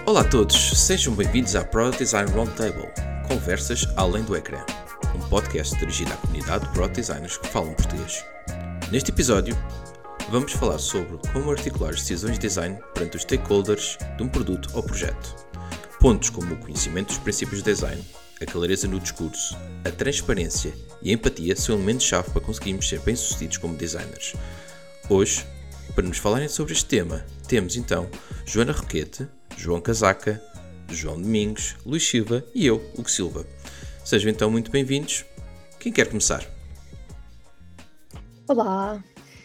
Olá a todos, sejam bem-vindos à Product Design Roundtable, Conversas Além do Ecrã, um podcast dirigido à comunidade de Product Designers que falam português. Neste episódio, vamos falar sobre como articular as decisões de design perante os stakeholders de um produto ou projeto. Pontos como o conhecimento dos princípios de design, a clareza no discurso, a transparência e a empatia são elementos-chave para conseguirmos ser bem-sucedidos como designers. Hoje, para nos falarem sobre este tema, temos então Joana Roquete, João Casaca, João Domingos, Luís Silva e eu, Hugo Silva. Sejam então muito bem-vindos. Quem quer começar? Olá!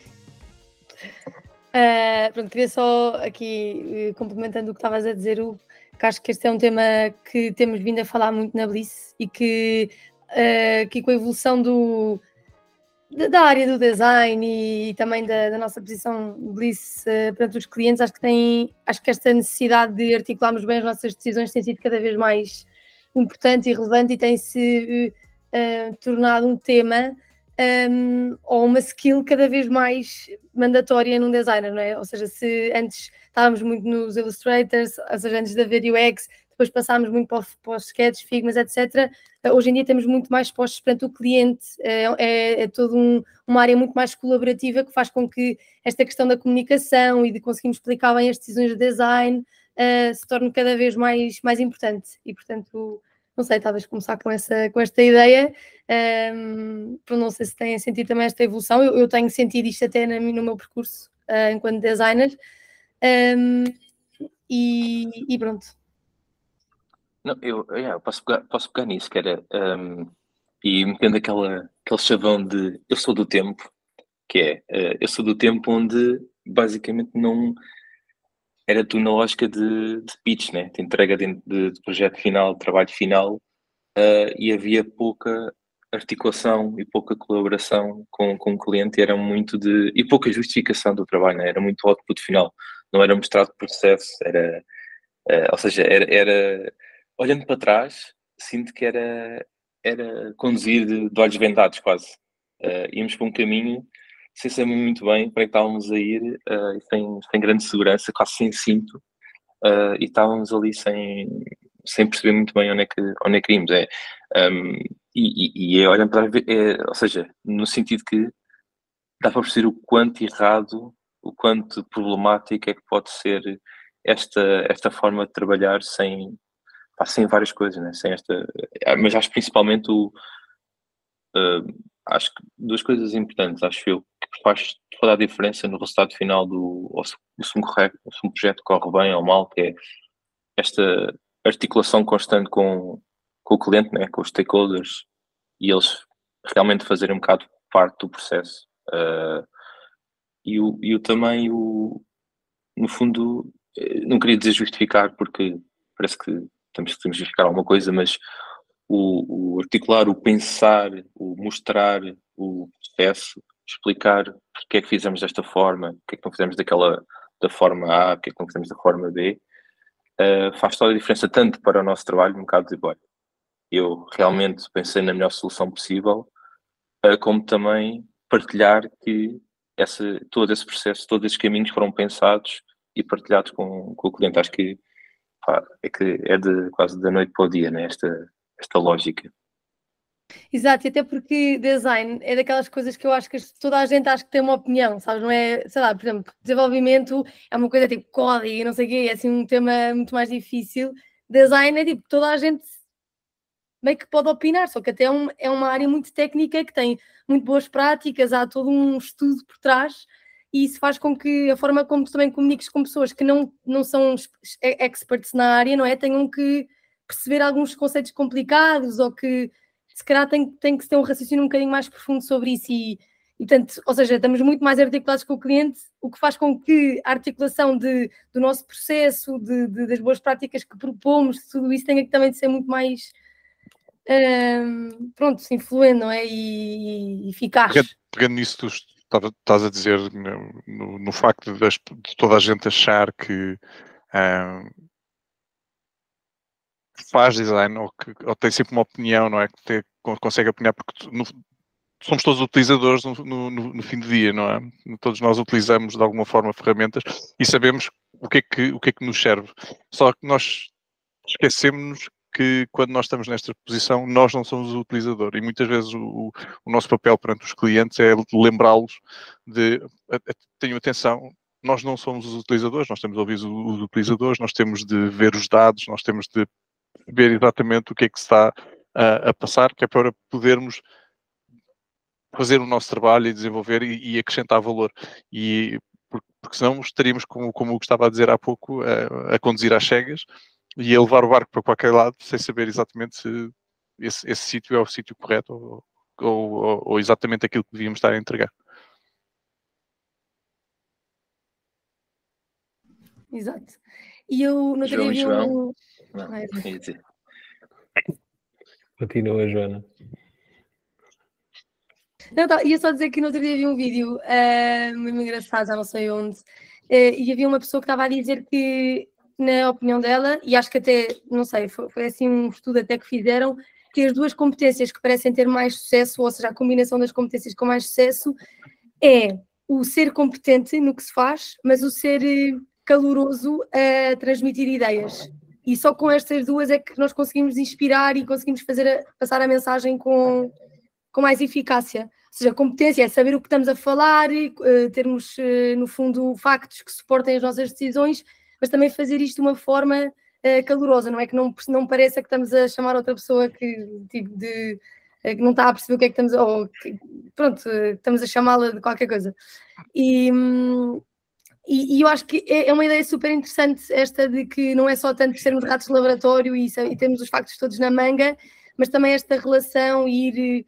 Queria só aqui, complementando o que estavas a dizer, Hugo, que acho que este é um tema que temos vindo a falar muito na Bliss e que com a evolução da área do design e também da nossa posição Bliss perante os clientes, acho que esta necessidade de articularmos bem as nossas decisões tem sido cada vez mais importante e relevante e tem-se tornado um tema ou uma skill cada vez mais mandatória num designer, não é? Ou seja, se antes estávamos muito nos Illustrators, ou seja, antes de haver UX, depois passámos muito para os sketches, Figmas, etc. Hoje em dia temos muito mais expostos perante o cliente, é toda uma área muito mais colaborativa que faz com que esta questão da comunicação e de conseguirmos explicar bem as decisões de design se torne cada vez mais importante. E, portanto, não sei, talvez começar com esta ideia, para não sei se têm sentido também esta evolução. Eu tenho sentido isto até no meu percurso enquanto designer. E pronto. Não, eu posso pegar nisso, que era, e metendo aquele chavão de eu sou do tempo, que é, eu sou do tempo onde basicamente não era tu na lógica de pitch, né? De entrega de projeto final, de trabalho final, e havia pouca articulação e pouca colaboração com o cliente, era muito e pouca justificação do trabalho, né? Era muito output final, não era mostrado processo, era, ou seja, era olhando para trás, sinto que era conduzir de olhos vendados quase. Íamos para um caminho sem saber muito bem para que estávamos a ir, sem grande segurança, quase sem cinto, e estávamos ali sem perceber muito bem onde é que íamos. E olhando para trás, ou seja, no sentido que dá para perceber o quanto errado, o quanto problemático é que pode ser esta forma de trabalhar sem várias coisas, né? Mas acho principalmente acho que duas coisas importantes, acho eu, que faz toda a diferença no resultado final se um projeto corre bem ou mal, que é esta articulação constante com o cliente, né? Com os stakeholders, e eles realmente fazerem um bocado parte do processo. Também, no fundo, não queria dizer justificar, porque parece que temos que justificar alguma coisa, mas o articular, o pensar, o mostrar o processo, explicar porque é que fizemos desta forma, porque é que não fizemos da forma A, porque é que não fizemos da forma B, faz toda a diferença, tanto para o nosso trabalho, um bocado de olha, eu realmente pensei na melhor solução possível, como também partilhar que todo esse processo, todos esses caminhos foram pensados e partilhados com o cliente. Acho que é quase da noite para o dia, né? Esta lógica. Exato, e até porque design é daquelas coisas que eu acho que toda a gente acha que tem uma opinião, sabes? Não é, sei lá, por exemplo, desenvolvimento é uma coisa tipo código e não sei o quê, é assim um tema muito mais difícil. Design é tipo, toda a gente meio que pode opinar, só que até é uma área muito técnica que tem muito boas práticas, há todo um estudo por trás e isso faz com que a forma como tu também comuniques com pessoas que não são experts na área, não é? Tenham que perceber alguns conceitos complicados ou que se calhar tem que ter um raciocínio um bocadinho mais profundo sobre isso e portanto, ou seja, estamos muito mais articulados com o cliente, o que faz com que a articulação do nosso processo, das boas práticas que propomos, tudo isso tenha que também de ser muito mais influente, não é? E eficaz. Pegando nisso, tu estás a dizer no facto de toda a gente achar que faz design ou tem sempre uma opinião, não é? Que consegue opinar, porque somos todos utilizadores no fim do dia, não é? Todos nós utilizamos de alguma forma ferramentas e sabemos o que é que nos serve. Só que nós esquecemos que quando nós estamos nesta posição, nós não somos o utilizador. E muitas vezes o nosso papel perante os clientes é lembrá-los de tenham atenção, nós não somos os utilizadores, nós temos de ouvir os utilizadores, nós temos de ver os dados, nós temos de ver exatamente o que é que se está a passar, que é para podermos fazer o nosso trabalho e desenvolver e acrescentar valor. E porque senão estaríamos, como eu estava a dizer há pouco, a conduzir às cegas e a levar o barco para qualquer lado sem saber exatamente se esse sítio é o sítio correto ou exatamente aquilo que devíamos estar a entregar. Exato. E eu não teria vi um... Não, ia dizer. Continua, Joana. Não, tá, ia só dizer que no outro dia vi um vídeo muito engraçado, já não sei onde, e havia uma pessoa que estava a dizer que, na opinião dela, e acho que até, não sei, foi assim um estudo até que fizeram, que as duas competências que parecem ter mais sucesso, ou seja, a combinação das competências com mais sucesso, é o ser competente no que se faz, mas o ser caloroso a transmitir ideias. E só com estas duas é que nós conseguimos inspirar e conseguimos passar a mensagem com mais eficácia. Ou seja, a competência é saber o que estamos a falar, termos, no fundo, factos que suportem as nossas decisões, mas também fazer isto de uma forma calorosa, não é que não pareça que estamos a chamar outra pessoa que não está a perceber o que é que estamos estamos a chamá-la de qualquer coisa. E eu acho que é uma ideia super interessante esta de que não é só tanto sermos ratos de laboratório e termos os factos todos na manga, mas também esta relação ir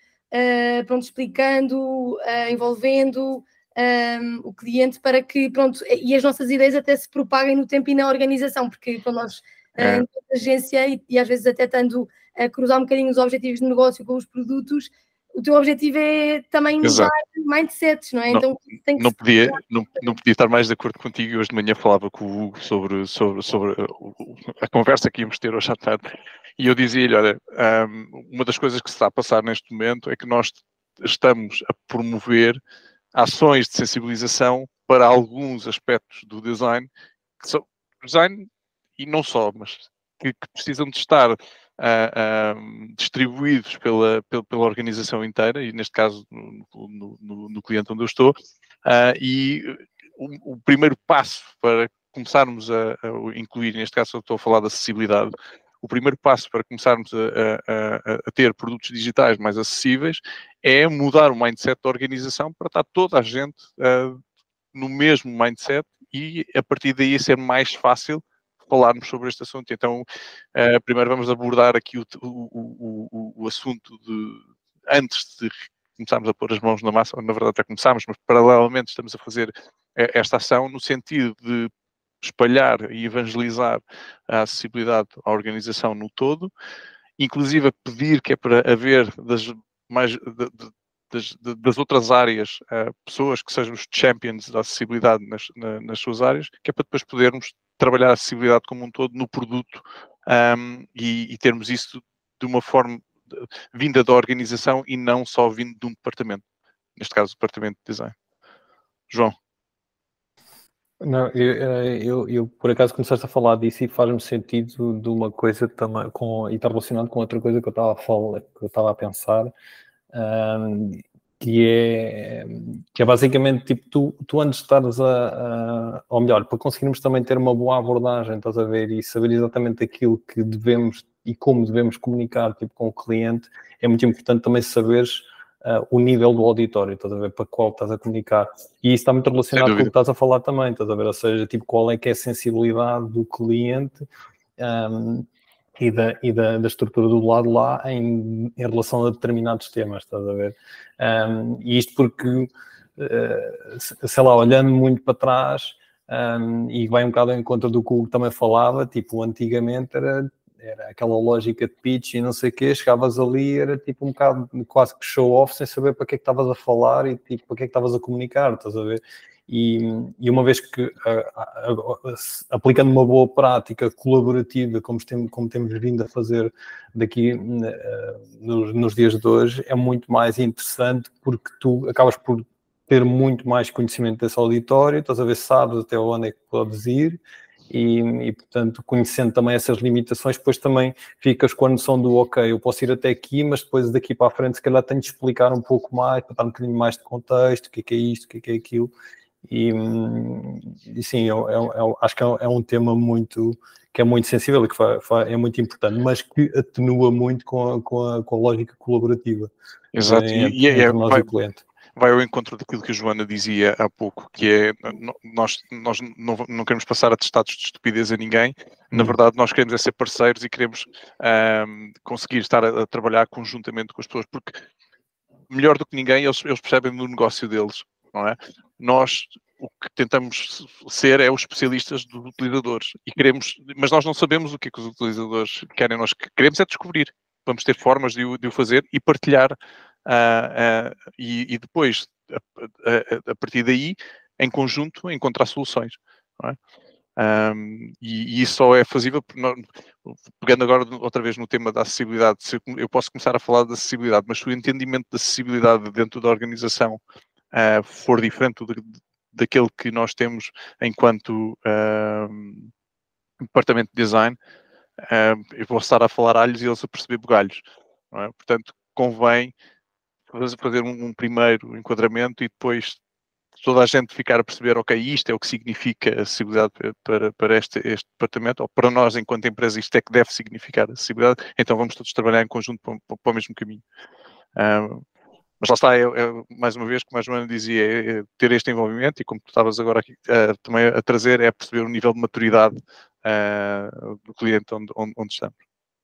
explicando, envolvendo o cliente para que, e as nossas ideias até se propaguem no tempo e na organização, porque nós, em agência, e às vezes até estando a cruzar um bocadinho os objetivos de negócio com os produtos, o teu objetivo é também mudar mindsets, não é? Então tem que não podia estar mais de acordo contigo. E hoje de manhã falava com o Hugo sobre a conversa que íamos ter hoje à tarde. E eu dizia-lhe, olha, uma das coisas que se está a passar neste momento é que nós estamos a promover ações de sensibilização para alguns aspectos do design, que são design e não só, mas que precisam de estar distribuídos pela organização inteira, e neste caso no cliente onde eu estou, e o primeiro passo para começarmos a incluir, neste caso eu estou a falar de acessibilidade, o primeiro passo para começarmos a ter produtos digitais mais acessíveis é mudar o mindset da organização para estar toda a gente no mesmo mindset e a partir daí ser mais fácil falarmos sobre este assunto. Então, primeiro vamos abordar aqui o assunto antes de começarmos a pôr as mãos na massa, na verdade já começámos, mas paralelamente estamos a fazer esta ação no sentido de espalhar e evangelizar a acessibilidade à organização no todo, inclusive a pedir que é para haver das outras áreas pessoas que sejam os champions da acessibilidade nas suas áreas, que é para depois podermos trabalhar a acessibilidade como um todo no produto e termos isso de uma forma vinda da organização e não só vindo de um departamento, neste caso o departamento de design. João. Não, eu por acaso começaste a falar disso e faz-me sentido de uma coisa também e está relacionado com outra coisa que eu estava a pensar, que é basicamente tipo tu antes de estares ou melhor, para conseguirmos também ter uma boa abordagem, estás a ver, e saber exatamente aquilo que devemos e como devemos comunicar tipo, com o cliente, é muito importante também saberes o nível do auditório, estás a ver, para qual estás a comunicar. E isso está muito relacionado com o que estás a falar também, estás a ver, ou seja, tipo, qual é que é a sensibilidade do cliente e da estrutura do lado lá em relação a determinados temas, estás a ver. E isto porque, sei lá, olhando muito para trás, e vai um bocado ao encontro do que o Hugo também falava, tipo, antigamente era aquela lógica de pitch e não sei o quê, chegavas ali, era tipo um bocado quase que show-off, sem saber para que é que estavas a falar e tipo, para que é que estavas a comunicar, estás a ver? E uma vez que, aplicando uma boa prática colaborativa, como temos vindo a fazer daqui nos dias de hoje, é muito mais interessante porque tu acabas por ter muito mais conhecimento desse auditório, estás a ver, sabes até onde é que podes ir, e, portanto, conhecendo também essas limitações, depois também ficas com a noção do ok, eu posso ir até aqui, mas depois daqui para a frente se calhar tenho de explicar um pouco mais, para dar um bocadinho mais de contexto, o que é isto, o que é aquilo, e sim, acho que é um tema que é muito sensível e que é muito importante, mas que atenua muito com a lógica colaborativa. Exato, entre nós e o cliente. Vai ao encontro daquilo que a Joana dizia há pouco, que é, nós não queremos passar atestados de estupidez a ninguém, na verdade nós queremos é ser parceiros e queremos conseguir estar a trabalhar conjuntamente com as pessoas, porque melhor do que ninguém eles percebem no negócio deles, não é? Nós o que tentamos ser é os especialistas dos utilizadores e mas nós não sabemos o que é que os utilizadores querem, nós queremos é descobrir, vamos ter formas de o fazer e partilhar. E depois, a partir daí, em conjunto, encontrar soluções. Não é? E isso só é fazível, pegando agora outra vez no tema da acessibilidade, eu posso começar a falar da acessibilidade, mas se o entendimento da acessibilidade dentro da organização for diferente daquele que nós temos enquanto departamento de design, eu vou estar a falar alhos e eles a perceber bugalhos. Não é? Portanto, convém fazer um primeiro enquadramento e depois toda a gente ficar a perceber, ok, isto é o que significa acessibilidade para este departamento, ou para nós, enquanto empresa, isto é que deve significar acessibilidade, então vamos todos trabalhar em conjunto para o mesmo caminho. Mas lá está, mais uma vez, como a Joana dizia, é ter este envolvimento, e como tu estavas agora aqui também a trazer, é perceber o nível de maturidade do cliente onde estamos.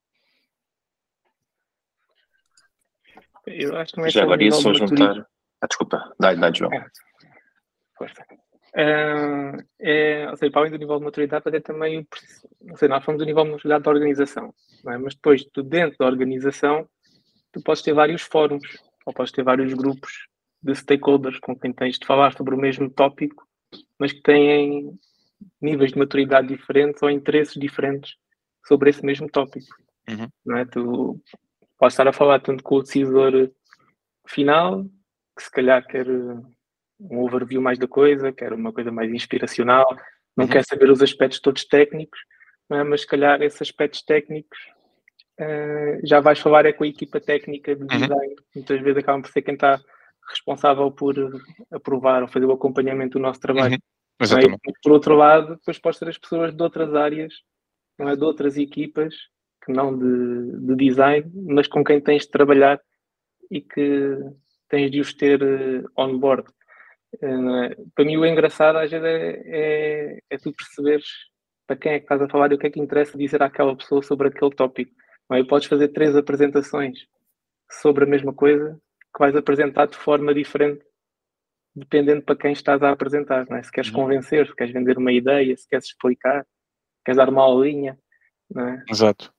Eu acho que não é Já só agora o ia nível só de juntar. maturidade. Desculpa, dá, João. Força. Ou seja, para além do nível de maturidade, até também, ou seja, nós falamos do nível de maturidade da organização, não é? Mas depois, tu dentro da organização, tu podes ter vários fóruns, ou podes ter vários grupos de stakeholders com quem tens de falar sobre o mesmo tópico, mas que têm níveis de maturidade diferentes ou interesses diferentes sobre esse mesmo tópico. Uhum. Não é? Tu podes estar a falar tanto com o decisor final, que se calhar quer um overview mais da coisa, quer uma coisa mais inspiracional, não quer saber os aspectos todos técnicos, não é? Mas se calhar esses aspectos técnicos já vais falar é com a equipa técnica de design, muitas vezes acabam por ser quem está responsável por aprovar ou fazer o acompanhamento do nosso trabalho. Exatamente. É? Por outro lado, depois podes ter as pessoas de outras áreas, não é? De outras equipas, que não de design, mas com quem tens de trabalhar e que tens de os ter on board. Para mim o engraçado às vezes é tu perceberes para quem é que estás a falar e o que é que interessa dizer àquela pessoa sobre aquele tópico. Não é? Podes fazer 3 apresentações sobre a mesma coisa que vais apresentar de forma diferente dependendo para quem estás a apresentar. Não é? Se queres convencer, se queres vender uma ideia, se queres explicar, se queres dar uma aulinha. Não é? Exato.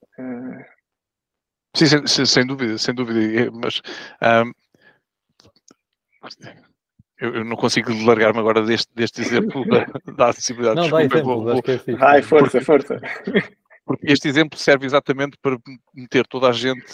Sim, sem dúvida, mas eu não consigo largar-me agora deste exemplo da acessibilidade. Não, dá exemplos, acho que é fixe. Vai, força. Porque este exemplo serve exatamente para meter toda a gente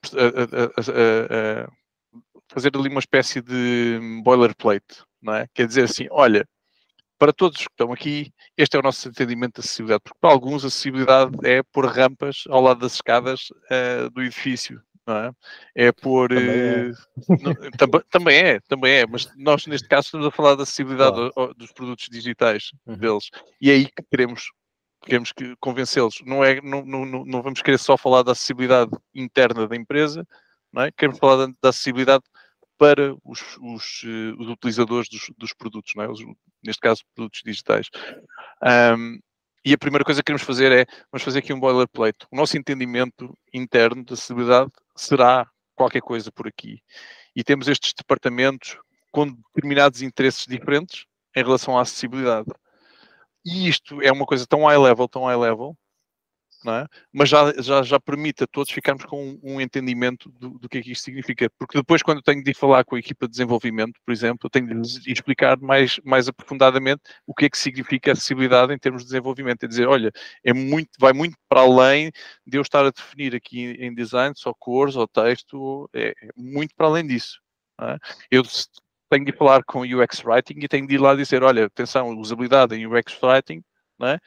a fazer ali uma espécie de boilerplate, não é? Quer dizer assim, olha, para todos que estão aqui, este é o nosso entendimento de acessibilidade, porque para alguns a acessibilidade é pôr rampas ao lado das escadas do edifício, não é? É pôr... Também é, mas nós neste caso estamos a falar da acessibilidade dos produtos digitais deles, e é aí que queremos que convencê-los. Não vamos querer só falar da acessibilidade interna da empresa, não é? Queremos falar da acessibilidade para os utilizadores dos produtos, não é? Neste caso, produtos digitais. E a primeira coisa que queremos fazer vamos fazer aqui um boilerplate. O nosso entendimento interno de acessibilidade será qualquer coisa por aqui. E temos estes departamentos com determinados interesses diferentes em relação à acessibilidade. E isto é uma coisa tão high level, não é? Mas já permite a todos ficarmos com um entendimento do que é que isto significa. Porque depois, quando eu tenho de ir falar com a equipa de desenvolvimento, por exemplo, eu tenho de lhes explicar mais aprofundadamente o que é que significa acessibilidade em termos de desenvolvimento. É dizer, olha, vai muito para além de eu estar a definir aqui em design só cores ou texto, é muito para além disso. Não é? Eu tenho de ir falar com o UX Writing e tenho de ir lá dizer, olha, atenção, usabilidade em UX Writing, não é?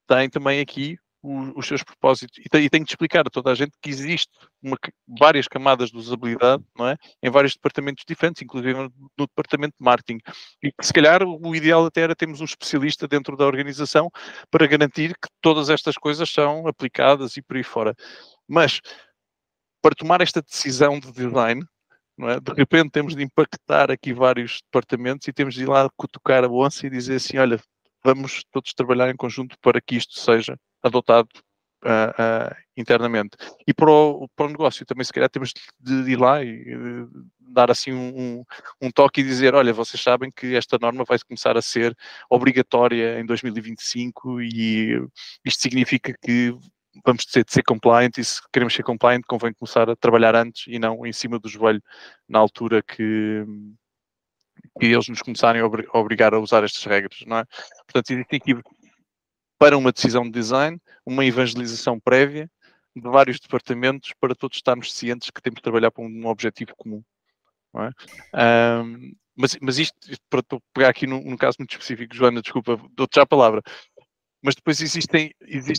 têm também aqui os seus propósitos. E tenho de explicar a toda a gente que existe várias camadas de usabilidade, não é? Em vários departamentos diferentes, inclusive no departamento de marketing. E que, se calhar, o ideal até era termos um especialista dentro da organização para garantir que todas estas coisas são aplicadas e por aí fora. Mas, para tomar esta decisão de design, não é? De repente temos de impactar aqui vários departamentos e temos de ir lá cutucar a onça e dizer assim, olha, vamos todos trabalhar em conjunto para que isto seja adotado internamente. E para o negócio também, se calhar, temos de ir lá e dar assim um toque e dizer, olha, vocês sabem que esta norma vai começar a ser obrigatória em 2025 e isto significa que vamos ter de ser compliant, e se queremos ser compliant convém começar a trabalhar antes e não em cima do joelho na altura que eles nos começarem a obrigar a usar estas regras, não é? Portanto, existe aqui, para uma decisão de design, uma evangelização prévia de vários departamentos para todos estarmos cientes que temos de trabalhar para um objetivo comum, não é? Mas isto para pegar aqui num caso muito específico, Joana, desculpa, dou-te já a palavra, mas depois existem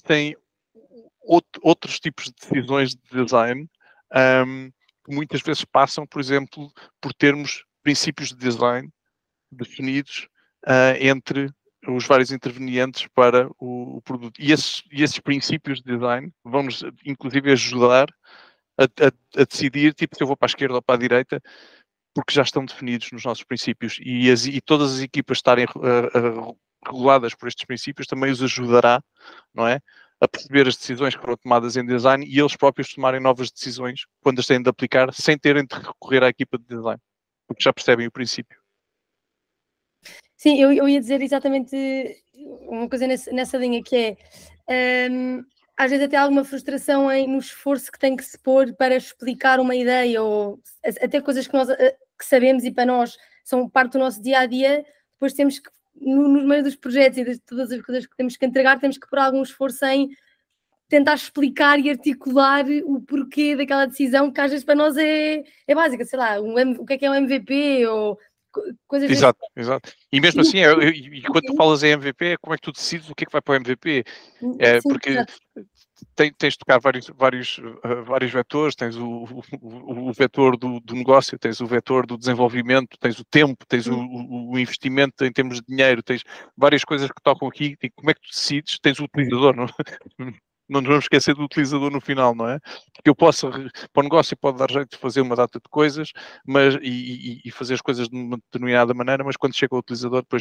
outros tipos de decisões de design que muitas vezes passam, por exemplo, por termos princípios de design definidos entre os vários intervenientes para o produto. E esses princípios de design vão-nos, inclusive, ajudar a decidir, tipo, se eu vou para a esquerda ou para a direita, porque já estão definidos nos nossos princípios. E todas as equipas estarem reguladas por estes princípios também os ajudará, não é? A perceber as decisões que foram tomadas em design e eles próprios tomarem novas decisões quando as têm de aplicar, sem terem de recorrer à equipa de design, porque já percebem o princípio. Sim, eu ia dizer exatamente uma coisa nessa linha, que é às vezes até há alguma frustração no esforço que tem que se pôr para explicar uma ideia, ou até coisas que nós que sabemos e para nós são parte do nosso dia-a-dia, depois temos que, no meio dos projetos e de todas as coisas que temos que entregar, temos que pôr algum esforço em tentar explicar e articular o porquê daquela decisão, que às vezes para nós é básica, sei lá, o que é um MVP, ou coisas exato. E mesmo assim, e quando tu falas em MVP, como é que tu decides o que é que vai para o MVP? Sim, porque exato. Tens de tocar vários vetores, tens o vetor do negócio, tens o vetor do desenvolvimento, tens o tempo, tens o investimento em termos de dinheiro, tens várias coisas que tocam aqui. E como é que tu decides? Tens o utilizador, não nos vamos esquecer do utilizador no final, não é? Porque eu posso, para o negócio pode dar jeito de fazer uma data de coisas, mas, e fazer as coisas de uma determinada maneira, mas quando chega ao utilizador, depois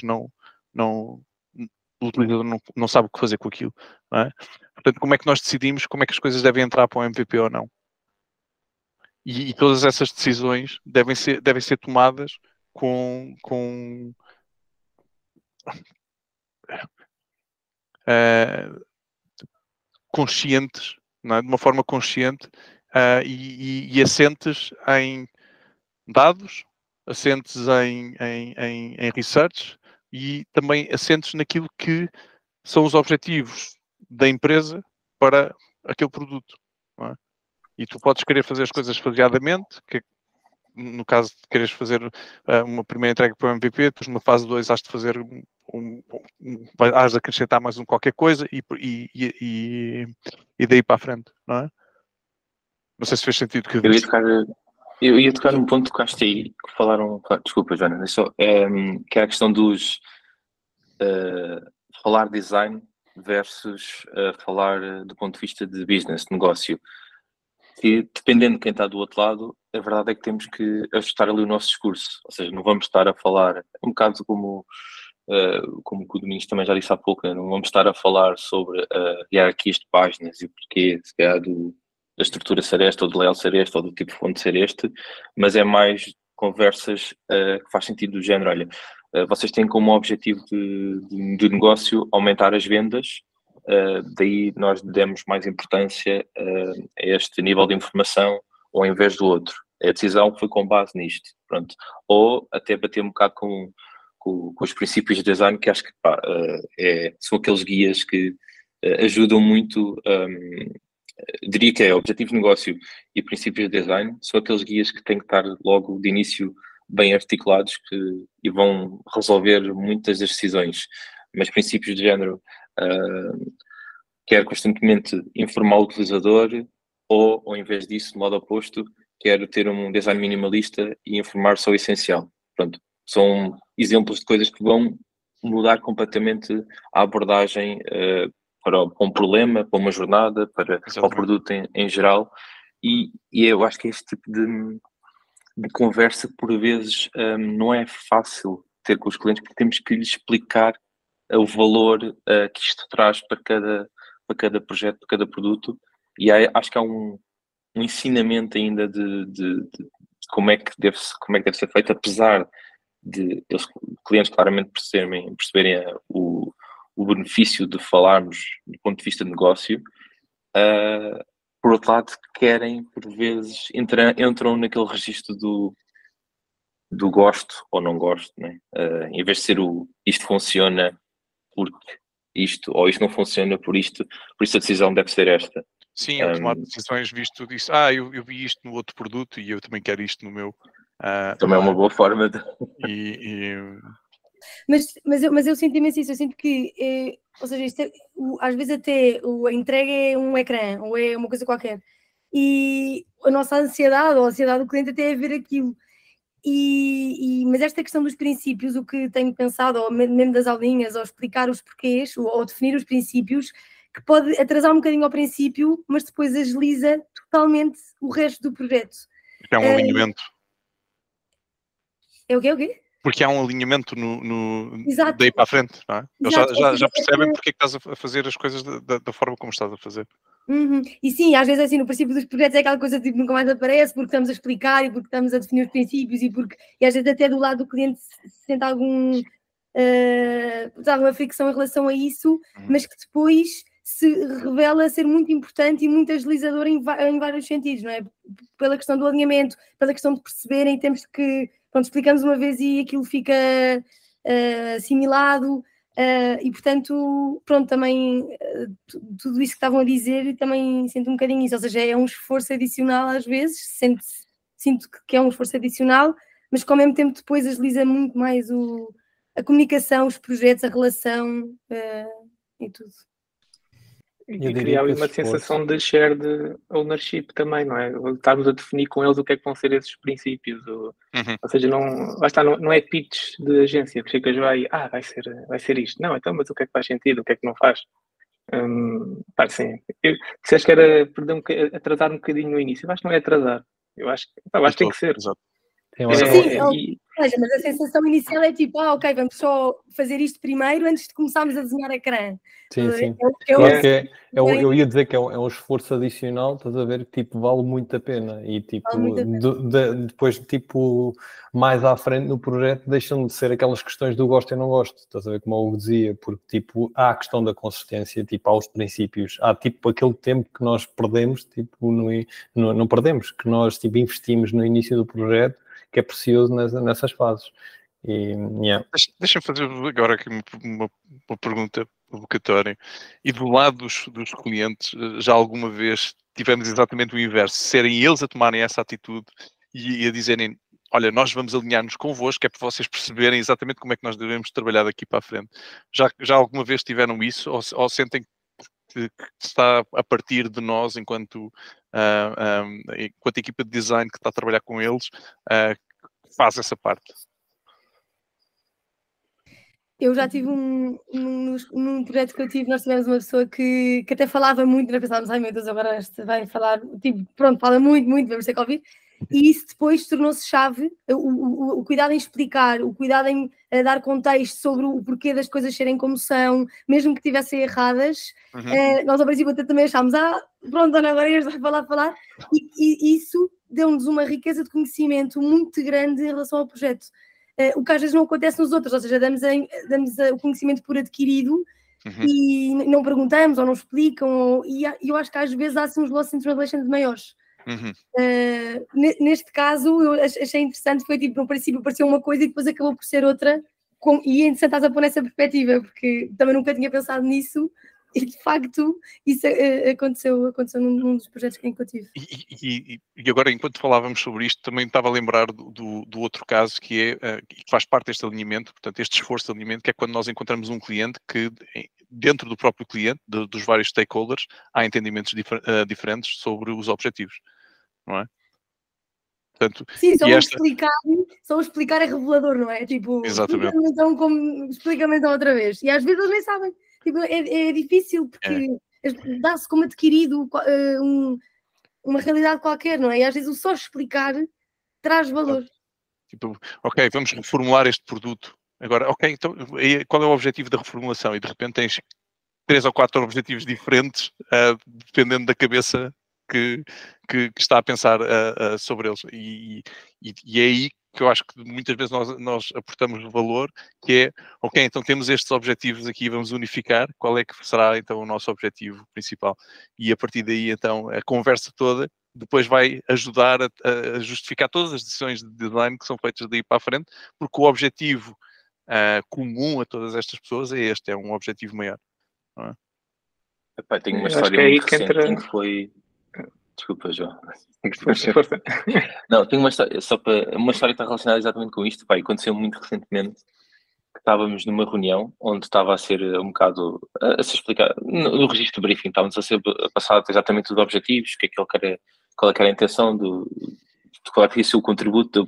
o utilizador não sabe o que fazer com aquilo, não é? Portanto, como é que nós decidimos como é que as coisas devem entrar para o MVP ou não? E todas essas decisões devem ser tomadas conscientes, não é? De uma forma consciente e assentes em dados, assentes em research e também assentes naquilo que são os objetivos da empresa para aquele produto, não é? E tu podes querer fazer as coisas faseadamente, que no caso de quereres fazer uma primeira entrega para o MVP, depois numa fase 2 has de fazer has de acrescentar mais qualquer coisa e daí para a frente, não é? Não sei se fez sentido que eu ia tocar num ponto que tocaste aí, que falaram, desculpa, Joana, que é a questão dos falar design versus falar do ponto de vista de business, de negócio. E dependendo de quem está do outro lado, a verdade é que temos que ajustar ali o nosso discurso, ou seja, não vamos estar a falar, um bocado como o Domingos também já disse há pouco, não vamos estar a falar sobre hierarquias de páginas e o porquê, se calhar, da estrutura ser esta, ou do layout ser este, ou do tipo de fonte ser este, mas é mais conversas que faz sentido do género, olha, vocês têm como objetivo de negócio aumentar as vendas, daí nós demos mais importância a este nível de informação ao invés do outro. A decisão foi com base nisto, pronto. Ou até bater um bocado com os princípios de design, que acho que são aqueles guias que ajudam muito, diria que é objetivo de negócio e princípios de design, são aqueles guias que têm que estar logo de início bem articulados e vão resolver muitas das decisões. Mas princípios de género, quer constantemente informar o utilizador, ou ao invés disso, do modo oposto, quer ter um design minimalista e informar só o essencial. Pronto, são exemplos de coisas que vão mudar completamente a abordagem para um problema, para uma jornada, para o produto em geral. E eu acho que este tipo de conversa, por vezes, não é fácil ter com os clientes, porque temos que lhes explicar o valor que isto traz para cada projeto, para cada produto. E acho que há um ensinamento ainda de como é que deve ser feito, apesar de os clientes claramente perceberem o benefício de falarmos do ponto de vista de negócio. Por outro lado, querem, por vezes, entram naquele registro do gosto ou não gosto, né? Em vez de ser isto funciona porque isto, ou isto não funciona por isto, por isso a decisão deve ser esta. Sim, eu tomar decisões visto disso. Eu vi isto no outro produto e eu também quero isto no meu. Também é uma boa forma de... Mas eu sinto imenso isso, eu sinto que, ou seja, isto às vezes até a entrega é um ecrã, ou é uma coisa qualquer, e a nossa ansiedade, ou a ansiedade do cliente até é ver aquilo, mas esta questão dos princípios, o que tenho pensado, ou mesmo das aulinhas, ou explicar os porquês, ou definir os princípios, que pode atrasar um bocadinho ao princípio, mas depois agiliza totalmente o resto do projeto. É um alinhamento. É o quê? Porque há um alinhamento no Exato. daí para a frente, não é? Exato. Eles já percebem porque é que estás a fazer as coisas da forma como estás a fazer. E sim, às vezes assim, no princípio dos projetos é aquela coisa tipo nunca mais aparece porque estamos a explicar e porque estamos a definir os princípios e às vezes até do lado do cliente se sente alguma fricção em relação a isso, mas que depois se revela ser muito importante e muito agilizador em vários sentidos, não é? Pela questão do alinhamento, pela questão de perceberem, temos que, pronto, explicamos uma vez e aquilo fica assimilado. E portanto, pronto, também tudo isso que estavam a dizer e também sinto um bocadinho isso, ou seja, é um esforço adicional às vezes, sinto que é um esforço adicional, mas que ao mesmo tempo depois agiliza muito mais a comunicação, os projetos, a relação e tudo. E criar ali uma sensação de share ownership também, não é? Estarmos a definir com eles o que é que vão ser esses princípios. Ou seja, não é pitch de agência, que chegas lá e vai ser isto. Não, então, mas o que é que faz sentido? O que é que não faz? Sim. Disseste que era atrasar um bocadinho no início. Eu acho que não é atrasar. Eu acho que tem que ser. Sim, mas a sensação inicial é tipo, ok, vamos só fazer isto primeiro antes de começarmos a desenhar ecrã. Sim. Claro que eu ia dizer que é um esforço adicional, estás a ver, que tipo, vale muito a pena. E tipo, depois, tipo, mais à frente no projeto deixam de ser aquelas questões do gosto e não gosto, estás a ver, como eu dizia, porque tipo, há a questão da consistência, tipo, há os princípios, há tipo aquele tempo que nós perdemos, tipo, não perdemos, que nós tipo, investimos no início do projeto, que é precioso nessas fases. Deixa-me fazer agora aqui uma pergunta provocatória. E do lado dos clientes, já alguma vez tivemos exatamente o inverso, serem eles a tomarem essa atitude e a dizerem, olha, nós vamos alinhar-nos convosco, é para vocês perceberem exatamente como é que nós devemos trabalhar daqui para a frente. Já alguma vez tiveram isso ou sentem que está a partir de nós, enquanto equipa de design que está a trabalhar com eles, faz essa parte? Eu já tive num projeto que eu tive, nós tivemos uma pessoa que até falava muito, nós pensávamos, ai meu Deus, agora este vai falar, tipo, pronto, fala muito, vamos ter que ouvir, e isso depois tornou-se chave, o cuidado em explicar, o cuidado em dar contexto sobre o porquê das coisas serem como são, mesmo que tivessem erradas, nós ao princípio até também achámos, pronto, agora este vai falar, e isso deu-nos uma riqueza de conhecimento muito grande em relação ao projeto. O que às vezes não acontece nos outros, ou seja, damos o conhecimento por adquirido e não perguntamos ou não explicam, e eu acho que às vezes há assim uns lost in translation maiores. Neste caso, eu achei interessante, foi tipo, no princípio pareceu uma coisa e depois acabou por ser outra, e é interessante estás a pôr nessa perspectiva, porque também nunca tinha pensado nisso, e de facto isso aconteceu num dos projetos que eu tive. E agora, enquanto falávamos sobre isto, também estava a lembrar do outro caso que faz parte deste alinhamento, portanto, este esforço de alinhamento, que é quando nós encontramos um cliente que dentro do próprio cliente, dos vários stakeholders, há entendimentos diferentes sobre os objetivos, não é? Portanto, Sim, e esta... só explicar é revelador, não é? Tipo, exatamente. Explica-me então outra vez. E às vezes eles nem sabem. Tipo, é difícil porque dá-se como adquirido uma realidade qualquer, não é? E às vezes o só explicar traz valor. Tipo, ok, vamos reformular este produto. Agora, ok, então qual é o objetivo da reformulação? E de repente tens 3 ou 4 objetivos diferentes, dependendo da cabeça que está a pensar sobre eles. E é aí que eu acho que muitas vezes nós aportamos valor, que é, ok, então temos estes objetivos aqui, vamos unificar, qual é que será então o nosso objetivo principal? E a partir daí, então, a conversa toda depois vai ajudar a justificar todas as decisões de design que são feitas daí para a frente, porque o objetivo comum a todas estas pessoas é um objetivo maior. Não é? Epá, tenho uma Acho história que é aí muito que recente entra- em que foi... Desculpa, João. Força. Não, tenho uma história, uma história que está relacionada exatamente com isto. Pá, aconteceu muito recentemente que estávamos numa reunião onde estava a ser um bocado a ser explicado no registro de briefing, estávamos a ser passado exatamente os objetivos, que é que ele quer, qual é que era a intenção de qual é que ia ser o contributo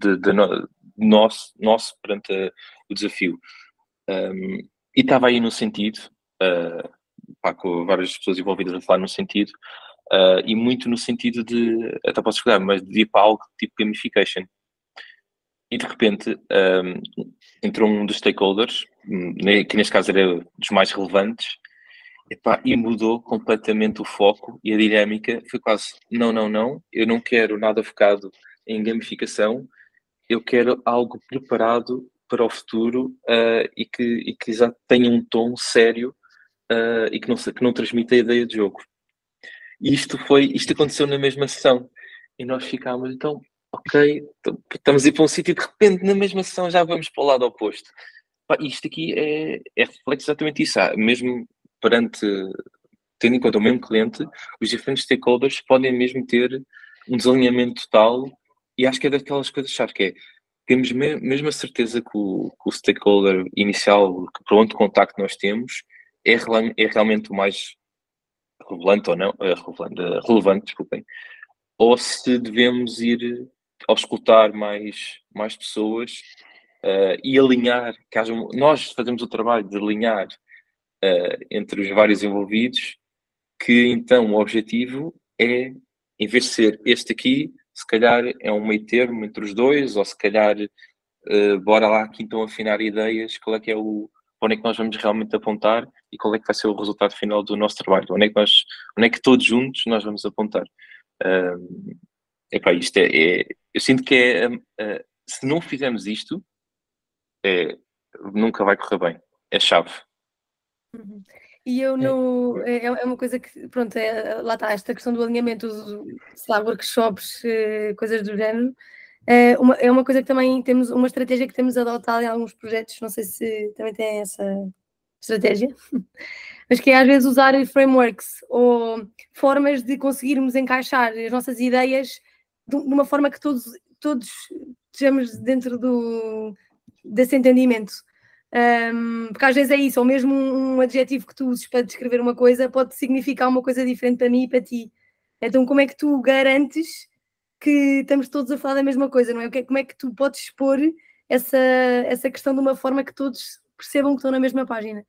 nosso perante o desafio. E estava aí no sentido, com várias pessoas envolvidas a falar no sentido, e muito no sentido de, até posso escolher, mas de ir para algo tipo gamification. E de repente entrou um dos stakeholders, que neste caso era dos mais relevantes, e mudou completamente o foco e a dinâmica. Foi quase, não, eu não quero nada focado em gamificação, eu quero algo preparado para o futuro e que já tenha um tom sério e que não transmita a ideia de jogo. E isto aconteceu na mesma sessão. E nós ficámos, então, ok, estamos a ir para um sítio e de repente na mesma sessão já vamos para o lado oposto. Isto aqui é reflexo exatamente isso. Mesmo tendo em conta o mesmo cliente, os diferentes stakeholders podem mesmo ter um desalinhamento total, e acho que é daquelas coisas-chave, que é, temos mesmo a certeza que o stakeholder inicial, que por onde contacto nós temos, é realmente o mais relevante ou não, relevante, desculpem, ou se devemos ir auscultar mais pessoas e alinhar, nós fazemos o trabalho de alinhar entre os vários envolvidos, que então o objetivo é, em vez de ser este aqui, se calhar é um meio termo entre os dois, ou se calhar bora lá aqui então afinar ideias, qual é que é onde é que nós vamos realmente apontar e qual é que vai ser o resultado final do nosso trabalho, onde é que todos juntos nós vamos apontar. Isto eu sinto que se não fizermos isto, nunca vai correr bem, é chave. E eu não. É uma coisa que, pronto, lá está, esta questão do alinhamento, sei lá, workshops, coisas do género, é uma coisa que também temos, uma estratégia que temos adotado em alguns projetos, não sei se também tem essa estratégia, mas que é às vezes usar frameworks ou formas de conseguirmos encaixar as nossas ideias de uma forma que todos estejamos dentro desse entendimento. Porque às vezes é isso, ou mesmo um adjetivo que tu uses para descrever uma coisa pode significar uma coisa diferente para mim e para ti. Então como é que tu garantes que estamos todos a falar da mesma coisa, não é? Como é que tu podes expor essa questão de uma forma que todos percebam que estão na mesma página?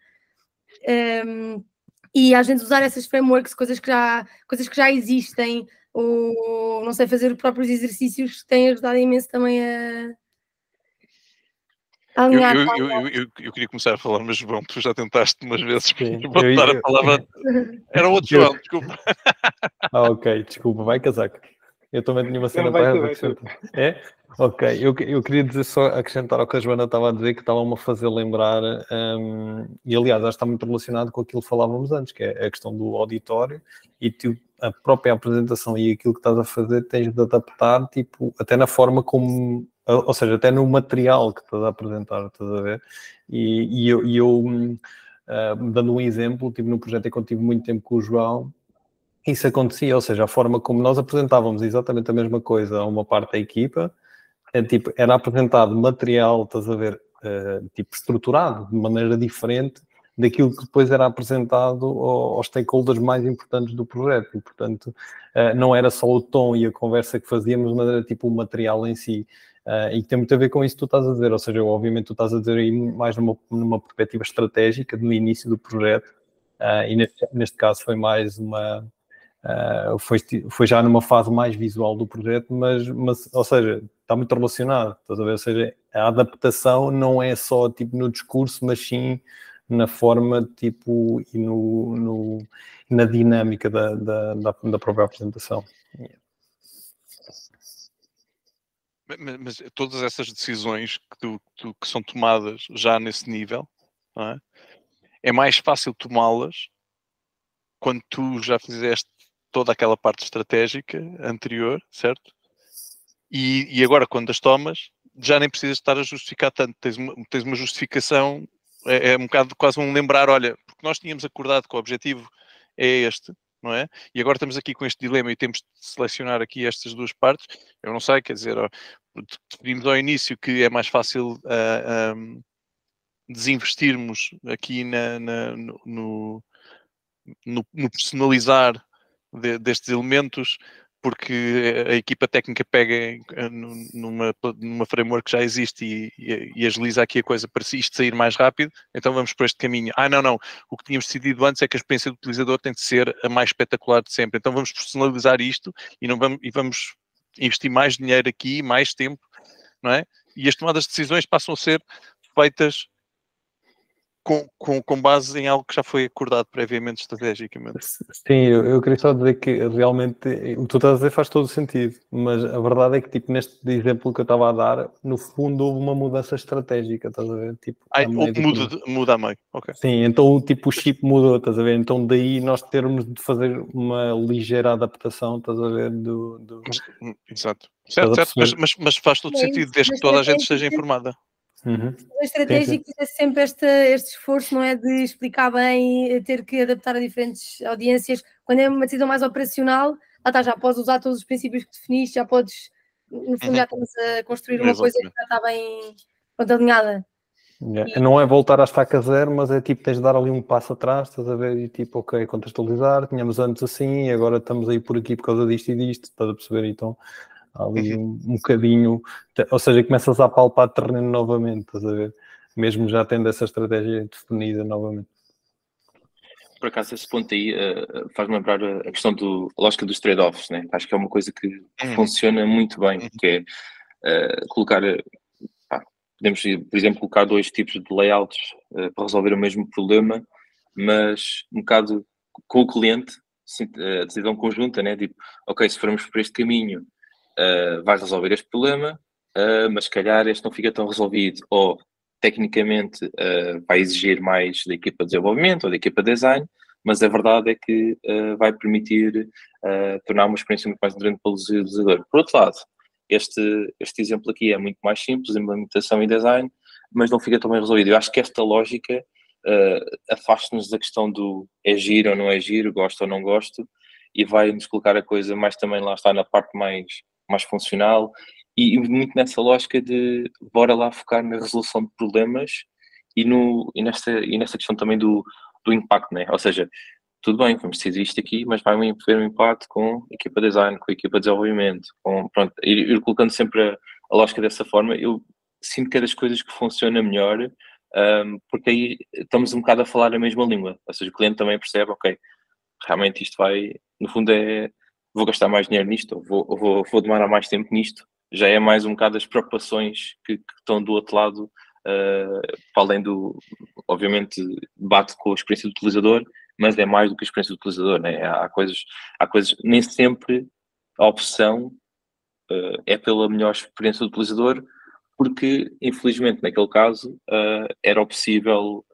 E às vezes usar essas frameworks, coisas que já existem, ou não sei, fazer os próprios exercícios, tem ajudado imenso também a alinhar. Eu queria começar a falar, mas bom, tu já tentaste umas vezes. Sim, dar a palavra. Era outro João, desculpa. Ok, desculpa, vai casaca. Eu também tinha uma cena para acrescentar. É? Ok, eu queria dizer só, acrescentar ao que a Joana estava a dizer, que estava-me a fazer lembrar, e aliás, acho que está muito relacionado com aquilo que falávamos antes, que é a questão do auditório, e tu, a própria apresentação e aquilo que estás a fazer, tens de adaptar, tipo, até na forma como, ou seja, até no material que estás a apresentar, estás a ver? E eu dando um exemplo, tive num projeto em que eu tive muito tempo com o João, isso acontecia, ou seja, a forma como nós apresentávamos exatamente a mesma coisa a uma parte da equipa, tipo, era apresentado material, estás a ver, tipo, estruturado de maneira diferente daquilo que depois era apresentado aos stakeholders mais importantes do projeto. E, portanto, não era só o tom e a conversa que fazíamos, mas era tipo o material em si. E que tem muito a ver com isso que tu estás a dizer, ou seja, obviamente tu estás a dizer aí mais numa perspectiva estratégica no início do projeto, e neste caso foi mais foi já numa fase mais visual do projeto, mas ou seja, está muito relacionado, estás a ver? Ou seja, a adaptação não é só tipo no discurso, mas sim na forma tipo e na dinâmica da própria apresentação. Mas todas essas decisões que são tomadas já nesse nível, não é? É mais fácil tomá-las quando tu já fizeste toda aquela parte estratégica anterior, certo? E agora, quando as tomas, já nem precisas estar a justificar tanto. Tens uma justificação, é um bocado quase um lembrar, olha, porque nós tínhamos acordado que o objetivo é este, não é? E agora estamos aqui com este dilema e temos de selecionar aqui estas duas partes. Eu não sei, quer dizer, definimos ao início que é mais fácil desinvestirmos aqui no personalizar destes elementos, porque a equipa técnica pega numa framework que já existe e agiliza aqui a coisa para isto sair mais rápido, então vamos por este caminho. Não, o que tínhamos decidido antes é que a experiência do utilizador tem de ser a mais espetacular de sempre, então vamos personalizar isto e vamos investir mais dinheiro aqui, mais tempo, não é? E as tomadas de decisões passam a ser feitas com base em algo que já foi acordado previamente estrategicamente. Sim, eu queria só dizer que realmente o que tu estás a dizer faz todo o sentido, mas a verdade é que tipo, neste exemplo que eu estava a dar, no fundo houve uma mudança estratégica, estás a ver? Tipo, muda a meio, ok. Sim, então tipo, o chip mudou, estás a ver? Então daí nós termos de fazer uma ligeira adaptação, estás a ver? Exato. Certo. Mas faz todo sentido, desde que toda a gente esteja informada. A estratégia que é sempre este esforço, não é, de explicar bem, ter que adaptar a diferentes audiências. Quando é uma decisão mais operacional, já podes usar todos os princípios que definiste, já podes, no fundo, já estamos a construir uma coisa que já está bem alinhada. Não é voltar à estaca zero, mas é tipo, tens de dar ali um passo atrás, estás a ver, e tipo, ok, contextualizar, tínhamos antes assim, e agora estamos aí por aqui por causa disto e disto, estás a perceber? Então, ali um bocadinho, ou seja, começas a palpar terreno novamente, estás a ver? Mesmo já tendo essa estratégia definida novamente. Por acaso, esse ponto aí faz-me lembrar a questão a lógica dos trade-offs, né? Acho que é uma coisa que funciona muito bem, que é colocar, podemos, por exemplo, colocar 2 tipos de layouts para resolver o mesmo problema, mas um bocado com o cliente, a decisão conjunta, né? Tipo, ok, se formos por este caminho, vais resolver este problema, mas se calhar este não fica tão resolvido, ou tecnicamente vai exigir mais da equipa de desenvolvimento ou da equipa de design, mas a verdade é que vai permitir tornar uma experiência muito mais atraente para o utilizador. Por outro lado, este exemplo aqui é muito mais simples, implementação e design, mas não fica tão bem resolvido. Eu acho que esta lógica afasta-nos da questão do é giro ou não é giro, gosto ou não gosto, e vai-nos colocar a coisa mais também, lá está, na parte mais funcional, e muito nessa lógica de bora lá focar na resolução de problemas e nessa questão também do impacto, né? Ou seja, tudo bem, vamos decidir isto aqui, mas vai haver um impacto com a equipa de design, com a equipa de desenvolvimento, ir colocando sempre a lógica dessa forma. Eu sinto que é das coisas que funciona melhor, porque aí estamos um bocado a falar a mesma língua, ou seja, o cliente também percebe, ok, realmente isto vai, no fundo vou gastar mais dinheiro nisto, ou vou demorar mais tempo nisto, já é mais um bocado as preocupações que estão do outro lado, para além do, obviamente, bate com a experiência do utilizador, mas é mais do que a experiência do utilizador, né? Há coisas, nem sempre a opção é pela melhor experiência do utilizador, porque, infelizmente, naquele caso, era o possível,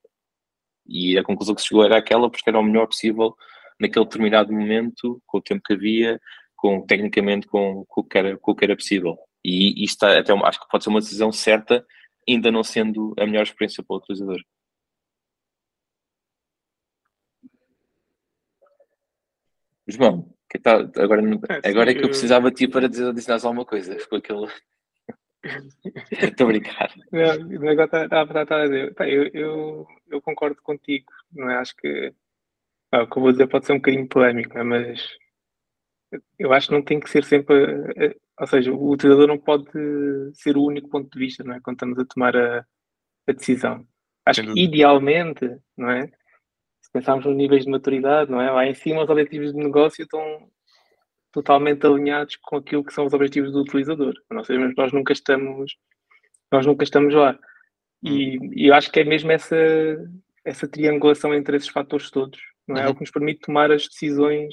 e a conclusão que se chegou era aquela, porque era o melhor possível naquele determinado momento, com o tempo que havia, tecnicamente com o que era possível. E isto até acho que pode ser uma decisão certa, ainda não sendo a melhor experiência para o utilizador. João, agora é que eu precisava de ti para dizer alguma coisa. Ficou aquele... Estou a brincar. Não, agora está a dizer. Pá, eu concordo contigo, não é? Acho que o que eu vou dizer pode ser um bocadinho polémico, não é? Mas eu acho que não tem que ser sempre. Ou seja, o utilizador não pode ser o único ponto de vista, não é? Quando estamos a tomar a decisão. Acho Sem que dúvida. idealmente, não é? Se pensarmos nos níveis de maturidade, não é? Lá em cima os objetivos de negócio estão totalmente alinhados com aquilo que são os objetivos do utilizador. Ou seja, mas nós nunca estamos lá. E eu acho que é mesmo essa triangulação entre esses fatores todos, não é? É o que nos permite tomar as decisões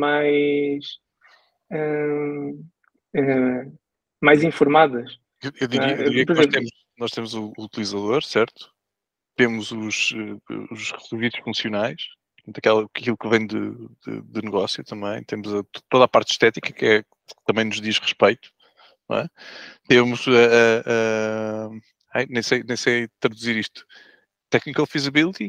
mais informadas. Eu Não é? diria que Por exemplo, nós temos o utilizador, certo? Temos os requisitos funcionais, portanto, aquilo que vem de negócio também. Temos toda a parte estética, que também nos diz respeito, não é? Temos nem sei traduzir isto. Technical feasibility,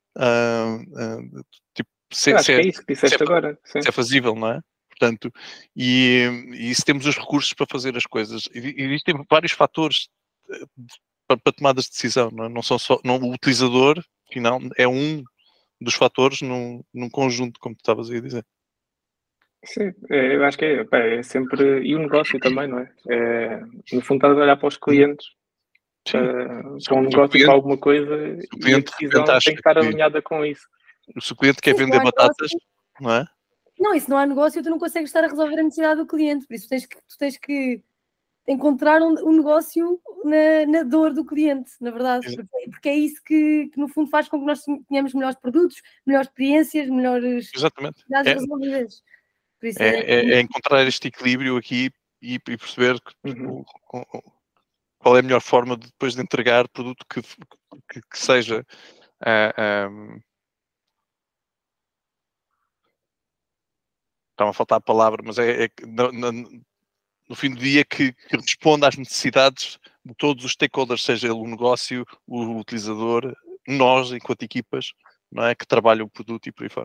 tipo, eu acho que é isso que disseste agora. Sim. se é fazível, não é? Portanto, e se temos os recursos para fazer as coisas, existem vários fatores para tomadas de decisão, não são só, o utilizador final é um dos fatores num conjunto, como tu estavas a dizer. Sim, eu acho que é sempre. E o negócio também, não é? No fundo, estás a olhar para os clientes, para um negócio e para alguma coisa, e a decisão tem que estar alinhada com isso. Se o cliente quer vender batatas, não é? Não, e se não há negócio, tu não consegues estar a resolver a necessidade do cliente, por isso tu tens que encontrar um negócio na dor do cliente, na verdade, porque é isso que no fundo faz com que nós tenhamos melhores produtos, melhores experiências, melhores necessidades resolvidas. Por isso é encontrar este equilíbrio aqui e perceber qual é a melhor forma depois de entregar produto que seja está-me a faltar a palavra, mas no fim do dia que responda às necessidades de todos os stakeholders, seja ele o negócio, o utilizador, nós enquanto equipas, não é, que trabalham o produto e por aí fora.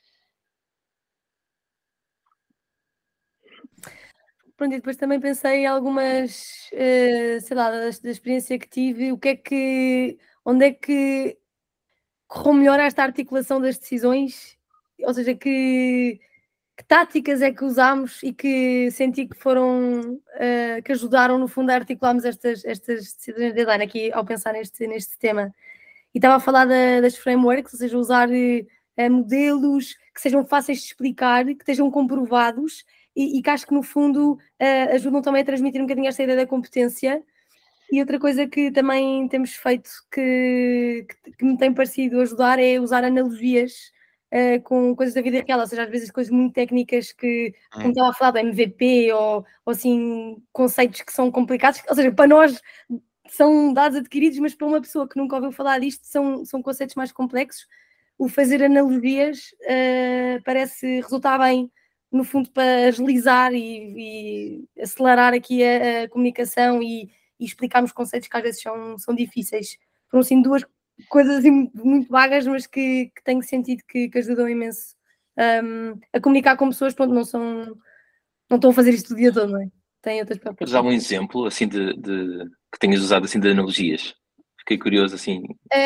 Pronto, e depois também pensei em algumas, sei lá, da experiência que tive, onde é que correu melhor esta articulação das decisões, ou seja, que táticas é que usámos e que senti que foram, que ajudaram no fundo a articularmos estas decisões de design aqui ao pensar neste tema. E estava a falar das frameworks, ou seja, usar modelos que sejam fáceis de explicar, que estejam comprovados e que acho que no fundo ajudam também a transmitir um bocadinho esta ideia da competência. E outra coisa que também temos feito que me tem parecido ajudar é usar analogias com coisas da vida real, ou seja, às vezes coisas muito técnicas que, como estava a falar do MVP ou assim, conceitos que são complicados, ou seja, para nós são dados adquiridos, mas para uma pessoa que nunca ouviu falar disto são conceitos mais complexos. O fazer analogias parece resultar bem, no fundo, para agilizar e acelerar aqui a comunicação e explicarmos conceitos que às vezes são difíceis. Foram assim duas coisas assim, muito vagas, mas que tenho sentido que ajudam imenso a comunicar com pessoas que não estão a fazer isto o dia todo, não é? Tem outras preocupações. Podes dar um exemplo assim que tenhas usado assim de analogias? Fiquei curioso assim.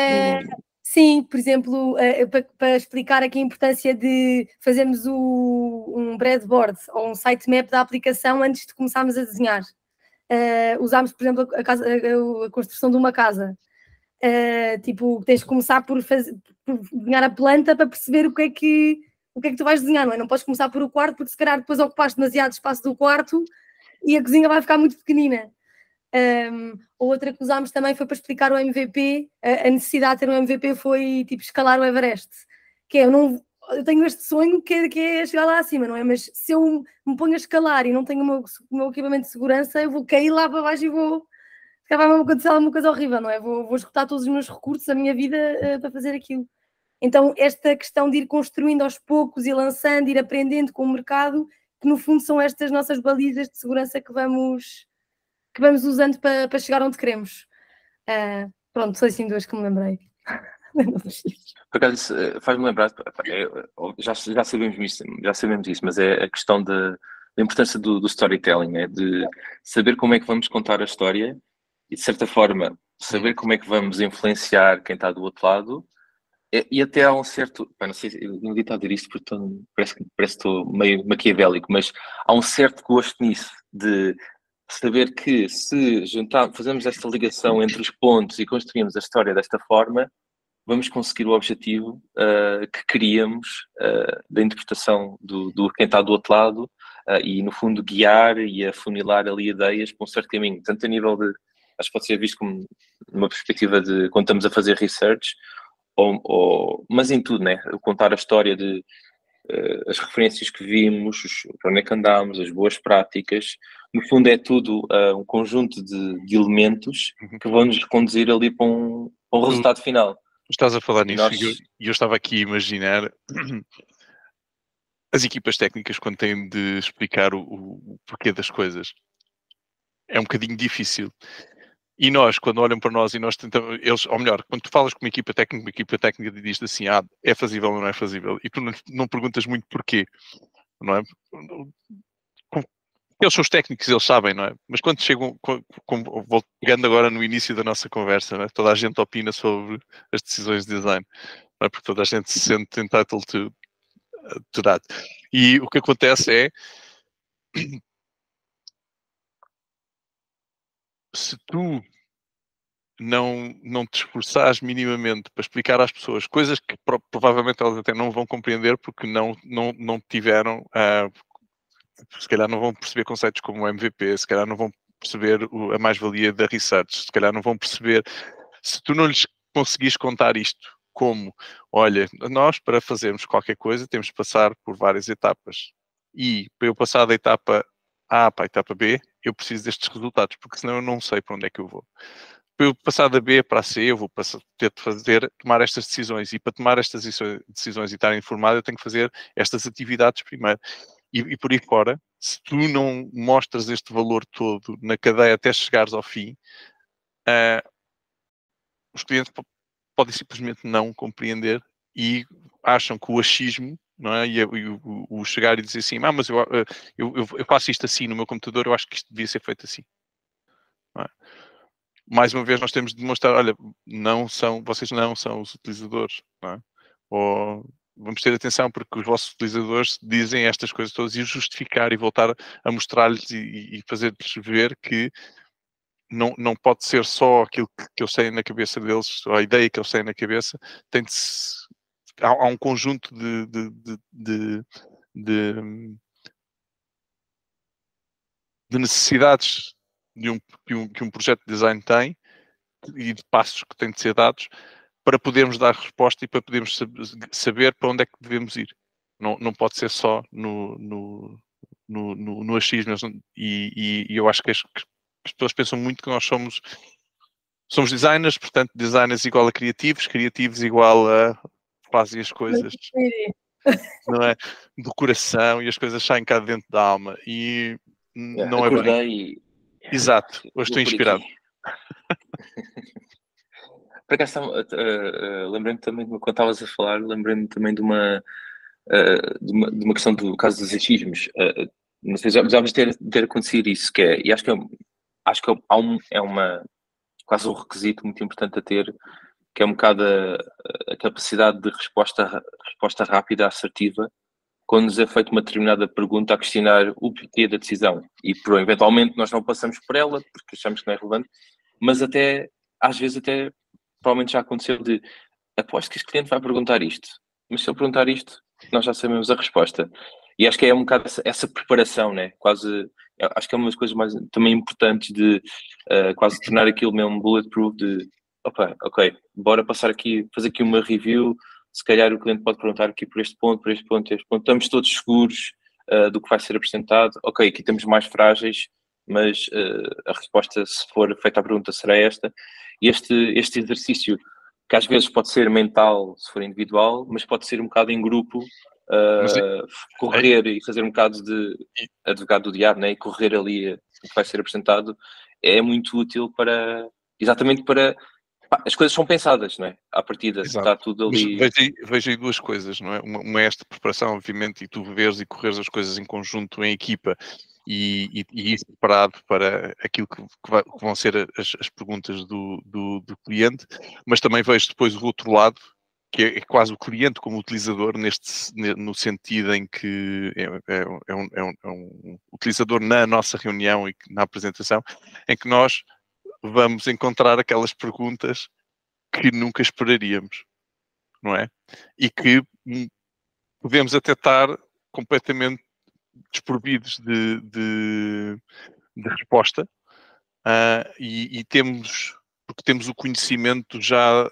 Sim, por exemplo, para explicar aqui a importância de fazermos um breadboard ou um sitemap da aplicação antes de começarmos a desenhar. Usámos, por exemplo, a construção de uma casa. Tipo, tens de começar por desenhar a planta para perceber o que é que tu vais desenhar, não é? Não podes começar por o quarto, porque se calhar depois ocupaste demasiado espaço do quarto e a cozinha vai ficar muito pequenina. Outra que usámos também foi para explicar o MVP. A necessidade de ter um MVP foi tipo escalar o Everest, que é, eu tenho este sonho que é chegar lá acima, não é? Mas se eu me ponho a escalar e não tenho o meu equipamento de segurança, eu vou cair lá para baixo e vai-me acontecer alguma coisa horrível, não é? Vou esgotar todos os meus recursos, a minha vida para fazer aquilo. Então esta questão de ir construindo aos poucos e lançando, ir aprendendo com o mercado, que no fundo são estas nossas balizas de segurança que vamos usando para chegar onde queremos. Pronto, são assim duas que me lembrei. Por acaso, faz-me lembrar, já sabemos isso, mas é a questão importância do storytelling, né? De saber como é que vamos contar a história e, de certa forma, saber como é que vamos influenciar quem está do outro lado. E até há um certo... não sei, eu não devia estar a dizer isto porque parece que estou meio maquiavélico, mas há um certo gosto nisso, de saber que se fazemos esta ligação entre os pontos e construímos a história desta forma, vamos conseguir o objetivo que queríamos da interpretação do quem está do outro lado e, no fundo, guiar e afunilar ali ideias para um certo caminho. Tanto a nível de... Acho que pode ser visto como uma perspectiva de quando estamos a fazer research, mas em tudo, né? Contar a história de as referências que vimos, para onde é que andámos, as boas práticas. No fundo é tudo um conjunto de elementos que vão nos conduzir ali para um resultado final. Estás a falar nisso e eu estava aqui a imaginar as equipas técnicas quando têm de explicar o porquê das coisas. É um bocadinho difícil. E nós, quando olham para nós e nós tentamos, ou melhor, quando tu falas com uma equipa técnica diz assim, é fazível ou não é fazível, e tu não perguntas muito porquê, não é? Eles são os técnicos, eles sabem, não é? Mas quando chegam, vou pegando agora no início da nossa conversa, não é? Toda a gente opina sobre as decisões de design, não é? Porque toda a gente se sente entitled to that. E o que acontece é, se tu não te esforçares minimamente para explicar às pessoas coisas que provavelmente elas até não vão compreender porque não tiveram, se calhar não vão perceber conceitos como o MVP, se calhar não vão perceber a mais-valia da research, se calhar não vão perceber, se tu não lhes conseguires contar isto como, olha, nós para fazermos qualquer coisa temos de passar por várias etapas e para eu passar da etapa A para a etapa B eu preciso destes resultados, porque senão eu não sei para onde é que eu vou. Para eu passar da B para a C, eu vou ter de tomar estas decisões. E para tomar estas decisões e estar informado, eu tenho que fazer estas atividades primeiro. E por aí fora, se tu não mostras este valor todo na cadeia até chegares ao fim, os clientes podem simplesmente não compreender e acham que o achismo, não é? E o chegar e dizer assim, mas eu faço isto assim no meu computador, eu acho que isto devia ser feito assim. Não é? Mais uma vez nós temos de demonstrar, olha, vocês não são os utilizadores, não é? Ou vamos ter atenção porque os vossos utilizadores dizem estas coisas todas e justificar e voltar a mostrar-lhes e fazer-lhes ver que não pode ser só aquilo que eu sei na cabeça deles, ou a ideia que eles têm na cabeça, há um conjunto de necessidades que um projeto de design tem e de passos que têm de ser dados para podermos dar resposta e para podermos saber para onde é que devemos ir. Não pode ser só no achismo. E eu acho que as pessoas pensam muito que nós somos designers, portanto designers igual a criativos igual a fazem as coisas, não é? Do coração e as coisas saem cá dentro da alma e não é bem. Exato, hoje estou inspirado. Por acaso, lembrei-me também, quando estavas a falar, lembrei-me também de uma questão do caso dos achismos. Não sei, já vamos ter acontecido isso, que é, e acho que é quase um requisito muito importante a ter, que é um bocado a capacidade de resposta rápida, assertiva, quando nos é feita uma determinada pergunta a questionar o porquê da decisão. E eventualmente nós não passamos por ela, porque achamos que não é relevante, mas às vezes provavelmente já aconteceu de aposto que este cliente vai perguntar isto, mas se ele perguntar isto, nós já sabemos a resposta. E acho que é um bocado essa preparação, né? Quase, acho que é uma das coisas mais também importantes de quase tornar aquilo mesmo bulletproof de ok, bora passar aqui, fazer aqui uma review, se calhar o cliente pode perguntar aqui por este ponto, estamos todos seguros do que vai ser apresentado, ok, aqui temos mais frágeis, mas a resposta, se for feita a pergunta, será esta. E este exercício, que às vezes pode ser mental, se for individual, mas pode ser um bocado em grupo, correr e fazer um bocado de advogado do diabo, né? E correr ali o que vai ser apresentado, é muito útil exatamente para as coisas são pensadas, não é? À partida, está tudo ali. Vejo aí duas coisas, não é? Uma é esta preparação, obviamente, e tu veres e correres as coisas em conjunto, em equipa, e ir preparado para aquilo que vão ser as perguntas do cliente, mas também vejo depois o outro lado, que é quase o cliente como utilizador, no sentido em que é um utilizador na nossa reunião e na apresentação, em que nós vamos encontrar aquelas perguntas que nunca esperaríamos, não é? E que podemos até estar completamente desprovidos de resposta, e porque temos o conhecimento já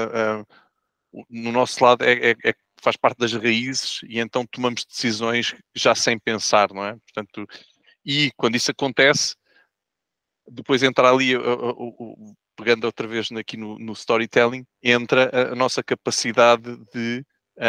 no nosso lado, faz parte das raízes, e então tomamos decisões já sem pensar, não é? Portanto, e quando isso acontece, depois entra ali, pegando outra vez aqui no storytelling, entra a nossa capacidade de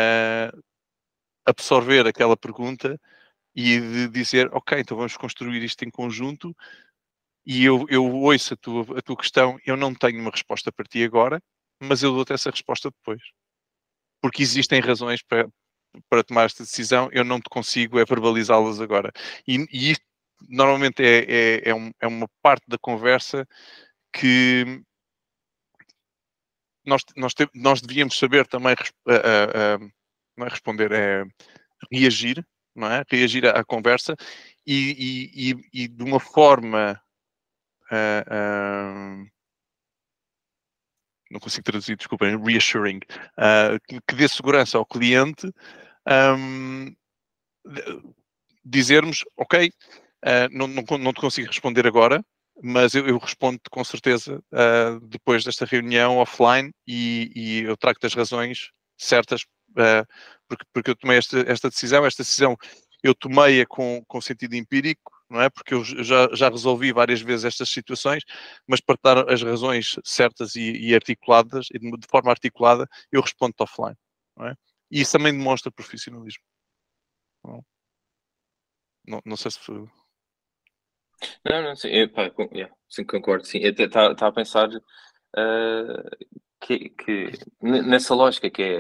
absorver aquela pergunta e de dizer, ok, então vamos construir isto em conjunto, e eu ouço a tua questão, eu não tenho uma resposta para ti agora, mas eu dou-te essa resposta depois. Porque existem razões para tomar esta decisão, eu não te consigo verbalizá-las agora. E isto normalmente é uma parte da conversa que nós devíamos saber também, não é responder, é reagir, não é? Reagir à conversa e de uma forma, não consigo traduzir, desculpem, reassuring, que dê segurança ao cliente, dizermos, ok, não te consigo responder agora, mas eu respondo-te com certeza depois desta reunião offline, e eu trago-te as razões certas, porque eu tomei esta decisão eu tomei-a com sentido empírico, não é? Porque eu já resolvi várias vezes estas situações, mas para dar as razões certas e articuladas, e de forma articulada, eu respondo-te offline, não é? E isso também demonstra profissionalismo. Não sei se... Não, sim, sim, concordo, sim. Eu estava a pensar que nessa lógica que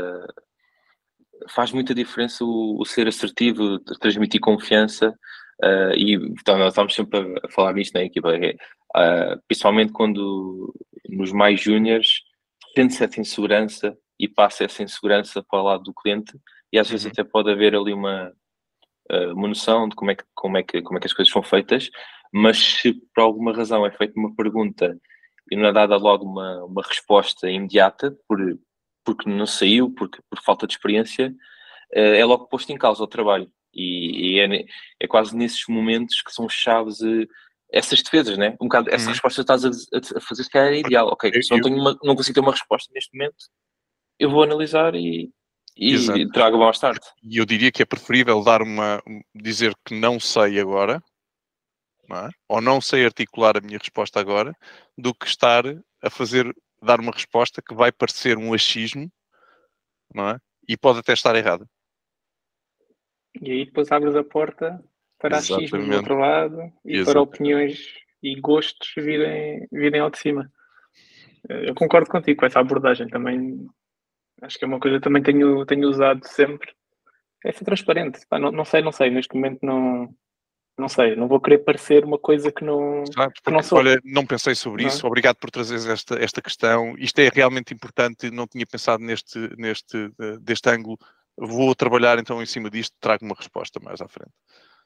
faz muita diferença o ser assertivo, transmitir confiança, e então, nós estamos sempre a falar nisto na equipa, principalmente quando nos mais júniores sente-se essa insegurança e passa essa insegurança para o lado do cliente, e às vezes até pode haver ali uma noção de como é que as coisas são feitas, mas se por alguma razão é feita uma pergunta e não é dada logo uma resposta imediata, porque não saiu, por falta de experiência, é logo posto em causa o trabalho. E é quase nesses momentos que são chaves essas defesas, né? Um bocado, essa resposta que estás a fazer, que é ideal. Ok, se não consigo ter uma resposta neste momento, eu vou analisar e trago mais tarde. E eu diria que é preferível dizer que não sei agora, não é? Ou não sei articular a minha resposta agora, do que estar dar uma resposta que vai parecer um achismo, não é? E pode até estar errada. E aí depois abres a porta para achismos do outro lado e para opiniões e gostos virem ao de cima. Eu concordo contigo com essa abordagem também. Acho que é uma coisa que também tenho usado sempre. É ser transparente. Não sei. Neste momento não sei. Não vou querer parecer uma coisa que não sou. Olha, não pensei sobre isso. Obrigado por trazeres esta questão. Isto é realmente importante. Não tinha pensado deste ângulo. Vou trabalhar então em cima disto. Trago uma resposta mais à frente.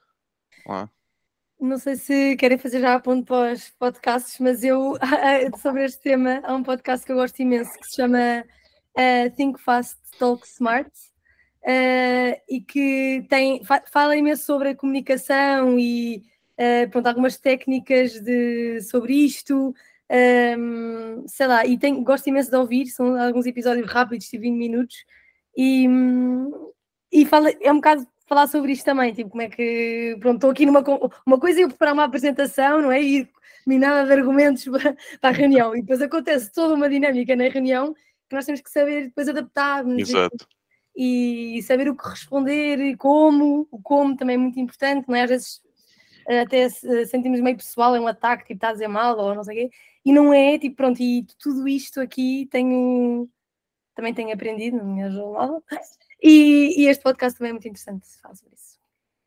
Não sei se querem fazer já a ponto para os podcasts, mas sobre este tema, há um podcast que eu gosto imenso que se chama Think Fast, Talk Smart, e que fala imenso sobre a comunicação e algumas técnicas sobre isto, sei lá, e gosto imenso de ouvir, são alguns episódios rápidos de 20 minutos, e é um bocado falar sobre isto também, tipo, como é que, pronto, estou aqui uma coisa, eu preparar uma apresentação, não é? E minada de argumentos para a reunião, e depois acontece toda uma dinâmica na reunião que nós temos que saber depois adaptar-nos. Exato. E saber o que responder, e o como também é muito importante, não é? Às vezes até sentimos meio pessoal, é um ataque, tipo, está a dizer mal ou não sei o quê, e não é, tipo, pronto, e tudo isto aqui também tenho aprendido na minha jornada, e este podcast também é muito interessante, fala sobre isso.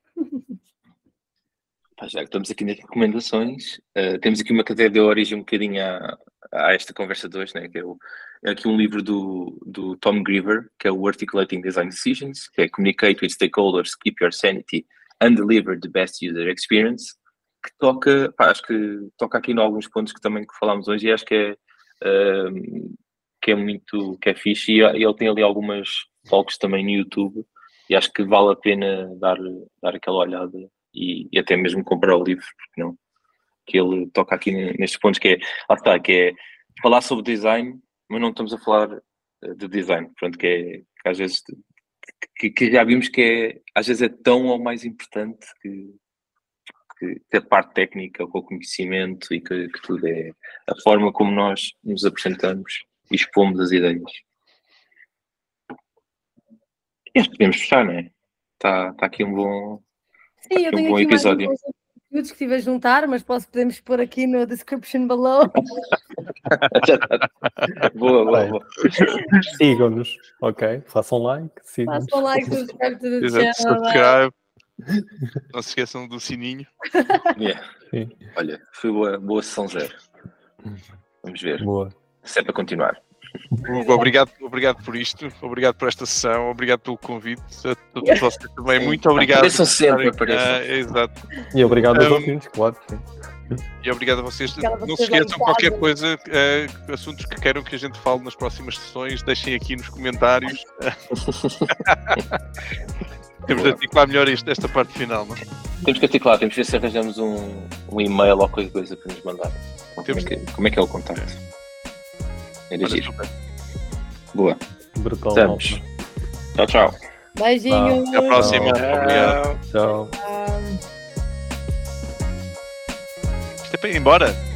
Já que estamos aqui nas recomendações, temos aqui uma que até deu origem um bocadinho a esta conversa de hoje, né? Que é aqui um livro do Tom Greaver, que é o Articulating Design Decisions, que é Communicate with Stakeholders, Keep Your Sanity and Deliver the Best User Experience, que toca, acho que toca aqui em alguns pontos que falámos hoje, e acho que é fixe, e ele tem ali algumas talks também no YouTube, e acho que vale a pena dar aquela olhada. E até mesmo comprar o livro, porque não? Que ele toca aqui nestes pontos, que é falar sobre design, mas não estamos a falar de design, pronto, que às vezes que já vimos que às vezes é tão ou mais importante que a parte técnica, com o conhecimento, e que tudo é a forma como nós nos apresentamos e expomos as ideias. E podemos fechar, não é? Está aqui um bom... Sim, eu tenho bom aqui episódio. mais conteúdos que estive a juntar, mas podemos pôr aqui no description below. Boa. Sigam-nos, ok? Façam like, sigam-nos. Façam like, subscribe to the Exato, channel. subscribe. Não se esqueçam do sininho. Yeah. Olha, foi boa sessão 0. Vamos ver. Boa. Se é para continuar. Hugo, obrigado por isto, obrigado por esta sessão, obrigado pelo convite, a todos vocês também, muito obrigado. Apareçam sempre, exato. E obrigado aos ouvintes, claro. E obrigado a vocês. Obrigado a Não vocês se esqueçam, lá em qualquer casa. coisa, assuntos que queiram que a gente fale nas próximas sessões, deixem aqui nos comentários. Temos de articular melhor esta parte final, não é? Temos que articular, temos que ver se arranjamos um e-mail ou qualquer coisa para nos mandar. Como é que é o contacto? Era giro. Boa. Brutal. Estamos. Tchau. Beijinhos. Até a próxima. Obrigado. Tchau. Ah, Isto é para ir embora.